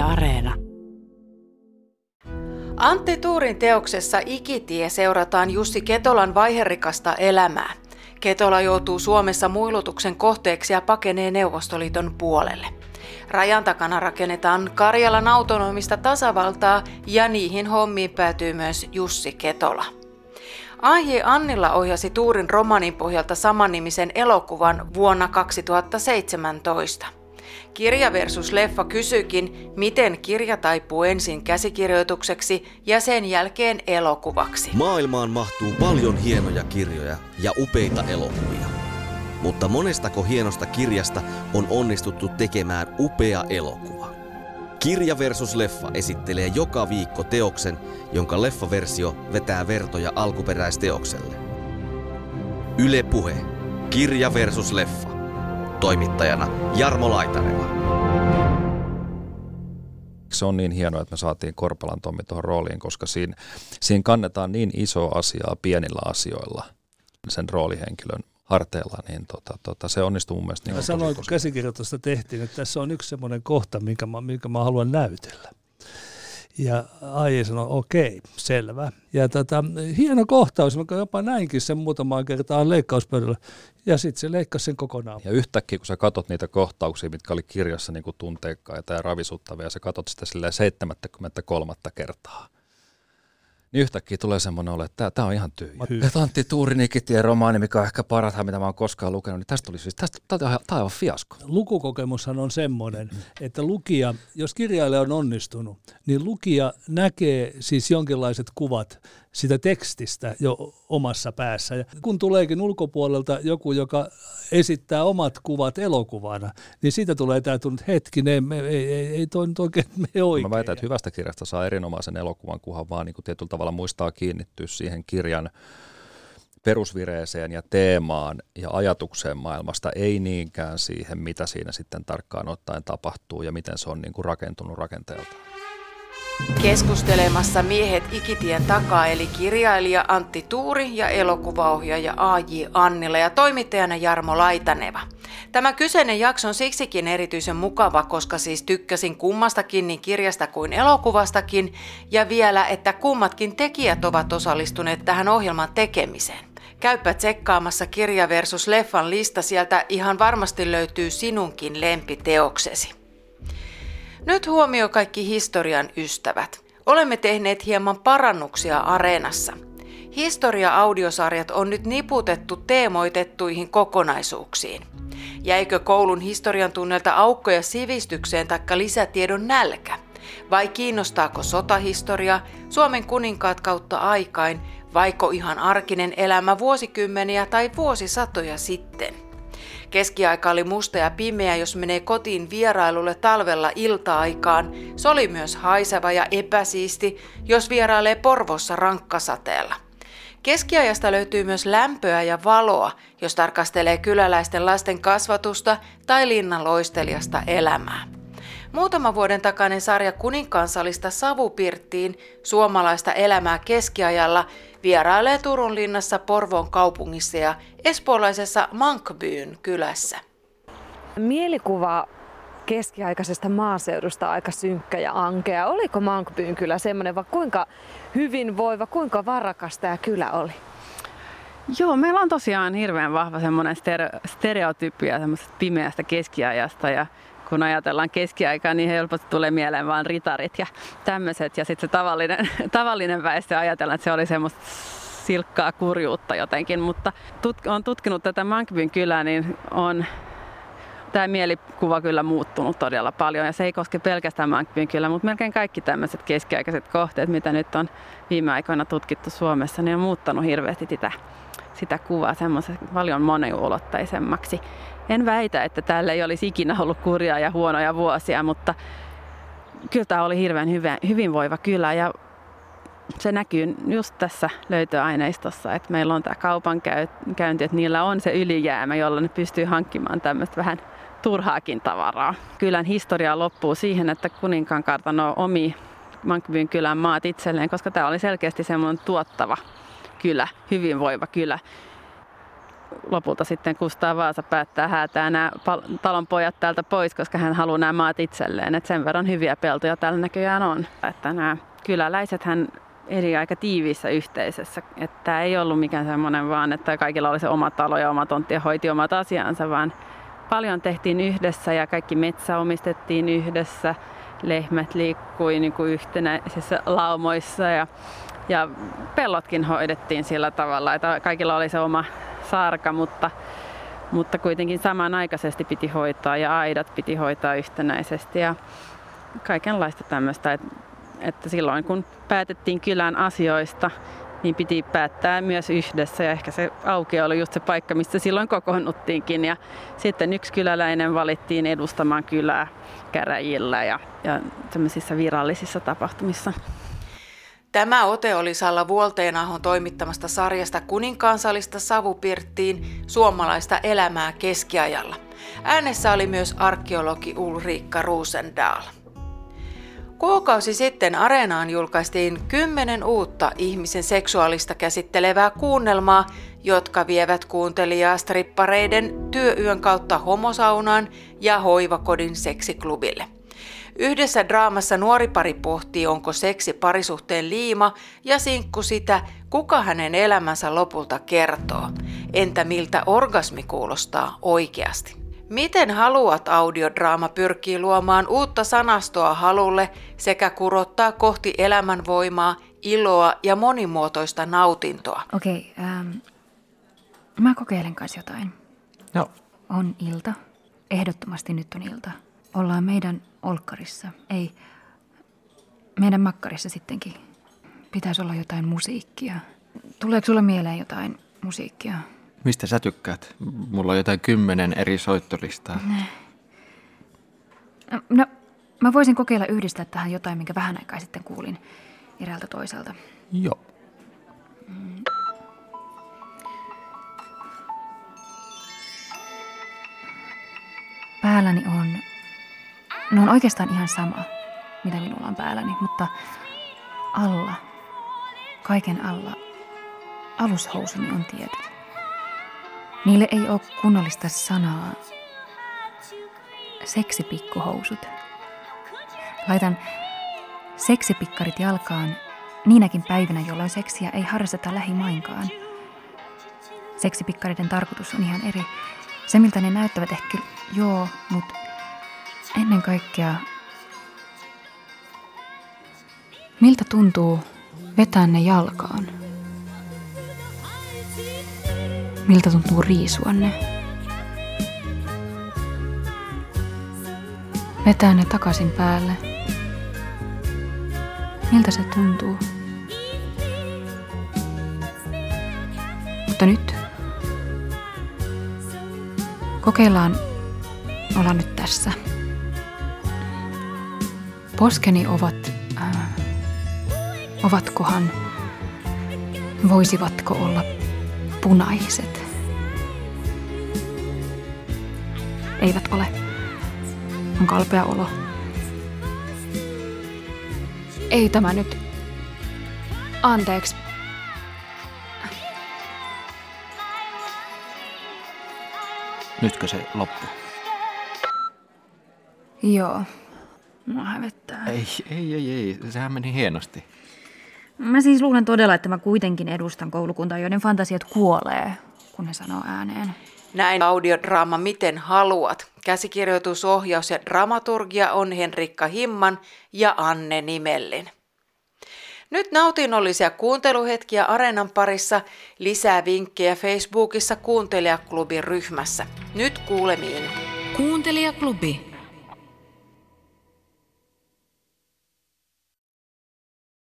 Areena. Antti Tuurin teoksessa Ikitie seurataan Jussi Ketolan vaiherikasta elämää. Ketola joutuu Suomessa muilutuksen kohteeksi ja pakenee Neuvostoliiton puolelle. Rajan takana rakennetaan Karjalan autonomista tasavaltaa ja niihin hommiin päätyy myös Jussi Ketola. A.J. Annila ohjasi Tuurin romaanin pohjalta samannimisen elokuvan vuonna 2017. Kirja versus leffa kysyykin, miten kirja taipuu ensin käsikirjoitukseksi ja sen jälkeen elokuvaksi. Maailmaan mahtuu paljon hienoja kirjoja ja upeita elokuvia. Mutta monestako hienosta kirjasta on onnistuttu tekemään upea elokuva? Kirja versus leffa esittelee joka viikko teoksen, jonka leffaversio vetää vertoja alkuperäisteokselle. Yle Puhe. Kirja versus leffa. Toimittajana Jarmo Laitaneva. Se on niin hienoa, että me saatiin Korpelan Tommi tuohon rooliin, koska siinä kannetaan niin isoa asiaa pienillä asioilla sen roolihenkilön harteilla, niin se onnistuu mun mielestä. Mä sanoin, kun käsikirjoitusta tehtiin, että tässä on yksi semmoinen kohta, minkä mä haluan näytellä. Ja A.J. sanoi, okei, selvä. Ja hieno kohtaus, mä jopa näinkin sen muutamaan kertaan leikkauspöydällä. Ja sitten se leikkasi sen kokonaan. Ja yhtäkkiä, kun sä katot niitä kohtauksia, mitkä oli kirjassa niin kuin tunteikkaita ja ravisuttavia, ja sä katot sitä 73. kertaa, niin yhtäkkiä tulee semmoinen olo, että tämä on ihan tyhjä. Että Antti Tuurin Ikitie romaani, mikä on ehkä parhaat, mitä mä oon koskaan lukenut, niin tästä on aivan fiasko. Lukukokemushan on semmoinen, että lukija, jos kirjailija on onnistunut, niin lukija näkee siis jonkinlaiset kuvat sitä tekstistä jo omassa päässä. Ja kun tuleekin ulkopuolelta joku, joka esittää omat kuvat elokuvana, niin siitä tulee tämä tunne, että hetkinen, ei toi nyt oikein mene oikein. Mä väitän, että hyvästä kirjasta saa erinomaisen elokuvan, kunhan vaan niin kuin tietyllä tavalla muistaa kiinnittyä siihen kirjan perusvireeseen ja teemaan ja ajatukseen maailmasta, ei niinkään siihen, mitä siinä sitten tarkkaan ottaen tapahtuu ja miten se on niin kuin rakentunut rakenteelta. Keskustelemassa miehet Ikitien takaa eli kirjailija Antti Tuuri ja elokuvaohjaaja A.J. Annila ja toimittajana Jarmo Laitaneva. Tämä kyseinen jakso on siksikin erityisen mukava, koska siis tykkäsin kummastakin niin kirjasta kuin elokuvastakin ja vielä, että kummatkin tekijät ovat osallistuneet tähän ohjelman tekemiseen. Käypä tsekkaamassa Kirja versus leffan lista, sieltä ihan varmasti löytyy sinunkin lempiteoksesi. Nyt huomio kaikki historian ystävät. Olemme tehneet hieman parannuksia Areenassa. Historia-audiosarjat on nyt niputettu teemoitettuihin kokonaisuuksiin. Jäikö koulun historian tunnelta aukkoja sivistykseen taikka lisätiedon nälkä? Vai kiinnostaako sotahistoria, Suomen kuninkaat kautta aikain, vaiko ihan arkinen elämä vuosikymmeniä tai vuosisatoja sitten? Keskiaika oli musta ja pimeä, jos menee kotiin vierailulle talvella ilta-aikaan. Se oli myös haiseva ja epäsiisti, jos vierailee Porvoossa rankkasateella. Keskiajasta löytyy myös lämpöä ja valoa, jos tarkastelee kyläläisten lasten kasvatusta tai linnan loisteliasta elämää. Muutaman vuoden takainen sarja Kuninkaansalista Savupirttiin, suomalaista elämää keskiajalla, vierailee Turun linnassa, Porvoon kaupungissa ja espoolaisessa Mankbyyn kylässä. Mielikuva keskiaikaisesta maaseudusta aika synkkä ja ankea. Oliko Mankbyyn kylä semmoinen, vai kuinka hyvinvoiva, kuinka varakas tämä kylä oli? Joo, meillä on tosiaan hirveän vahva semmoinen stereotypia semmoisesta pimeästä keskiajasta ja kun ajatellaan keskiaikaa, niin helposti tulee mieleen vaan ritarit ja tämmöiset. Ja sitten se tavallinen väestö ajatellaan, että se oli semmoista silkkaa kurjuutta jotenkin. Mutta olen tutkinut tätä Mankbyn kylää, niin on tämä mielikuva kyllä muuttunut todella paljon. Ja se ei koske pelkästään Mankbyn kylää, mutta melkein kaikki tämmöiset keskiaikaiset kohteet, mitä nyt on viime aikoina tutkittu Suomessa, niin on muuttanut hirveästi sitä kuvaa semmoisen paljon moniulotteisemmaksi. En väitä, että täällä ei olisi ikinä ollut kurjaa ja huonoja vuosia, mutta kyllä tämä oli hirveän hyvinvoiva kylä ja se näkyy just tässä löytöaineistossa, että meillä on tämä kaupankäynti, että niillä on se ylijäämä, jolla ne pystyy hankkimaan tämmöistä vähän turhaakin tavaraa. Kylän historia loppuu siihen, että Kuninkaan kartano omi Mankbyn kylän maat itselleen, koska tämä oli selkeästi semmoinen tuottava kylä, hyvinvoiva kylä. lopulta sitten Kustaa Vaasa päättää häätää nämä talonpojat täältä pois, koska hän haluaa nämä maat itselleen. Et sen verran hyviä peltoja täällä näköjään on. Että nämä kyläläisethän eli aika tiiviissä yhteisössä. Että tämä ei ollut mikään semmoinen vaan, että kaikilla oli se oma talo ja oma tontti ja hoiti omat asiansa, vaan paljon tehtiin yhdessä ja kaikki metsä omistettiin yhdessä. Lehmät liikkui niin kuin yhtenäisissä laumoissa ja pellotkin hoidettiin sillä tavalla, että kaikilla oli se oma sarka, mutta kuitenkin samanaikaisesti piti hoitaa ja aidat piti hoitaa yhtenäisesti ja kaikenlaista tämmöistä, että silloin kun päätettiin kylän asioista, niin piti päättää myös yhdessä ja ehkä se aukio oli just se paikka, missä silloin kokoonnuttiinkin ja sitten yksi kyläläinen valittiin edustamaan kylää käräjillä ja tämmöisissä virallisissa tapahtumissa. Tämä ote oli Salla Vuolteenahon toimittamasta sarjasta Kuninkaansalista Savupirttiin suomalaista elämää keskiajalla. Äänessä oli myös arkeologi Ulrika Rosendahl. Kuukausi sitten Areenaan julkaistiin 10 uutta ihmisen seksuaalista käsittelevää kuunnelmaa, jotka vievät kuuntelijaa strippareiden työyön kautta homosaunaan ja hoivakodin seksiklubille. Yhdessä draamassa nuori pari pohtii, onko seksi parisuhteen liima ja sinkku sitä, kuka hänen elämänsä lopulta kertoo. Entä miltä orgasmi kuulostaa oikeasti? Miten Haluat audiodraama pyrkii luomaan uutta sanastoa halulle sekä kurottaa kohti elämänvoimaa, iloa ja monimuotoista nautintoa? Okei, mä kokeilen kanssa jotain. No. On ilta. Ehdottomasti nyt on ilta. Ollaan meidän olkkarissa. Ei, meidän makkarissa sittenkin. Pitäisi olla jotain musiikkia. Tuleeko sulla mieleen jotain musiikkia? Mistä sä tykkäät? Mulla on jotain 10 eri soittolistaa. No, mä voisin kokeilla yhdistää tähän jotain, minkä vähän aikaa sitten kuulin eräältä toiselta. Joo. Päälläni on oikeastaan ihan sama, mitä minulla on päälläni, mutta alla, kaiken alla, alushousuni on tietyt. Niille ei ole kunnollista sanaa. Seksipikkuhousut. Laitan seksipikkarit jalkaan niinäkin päivinä, jolloin seksiä ei harrasteta lähimainkaan. Seksipikkareiden tarkoitus on ihan eri. Se, miltä ne näyttävät ehkä joo, mutta ennen kaikkea, miltä tuntuu vetää ne jalkaan? Miltä tuntuu riisua ne? Vetää ne takaisin päälle. Miltä se tuntuu? Mutta nyt kokeillaan olla nyt tässä. Poskeni ovatkohan, voisivatko olla punaiset? Eivät ole. On kalpea olo. Ei tämä nyt. Anteeksi. Nytkö se loppu? Joo. Mua hävettää. Ei. Sehän meni hienosti. Mä siis luulen todella, että mä kuitenkin edustan koulukuntaa, joiden fantasiat kuolee, kun ne sanoo ääneen. Näin audiodraama Miten haluat. Käsikirjoitus, ohjaus ja dramaturgia on Henrikka Himman ja Anne Nimellin. Nyt nautinnollisia kuunteluhetkiä Areenan parissa, lisää vinkkejä Facebookissa Kuuntelijaklubin ryhmässä. Nyt kuulemiin. Kuuntelijaklubi.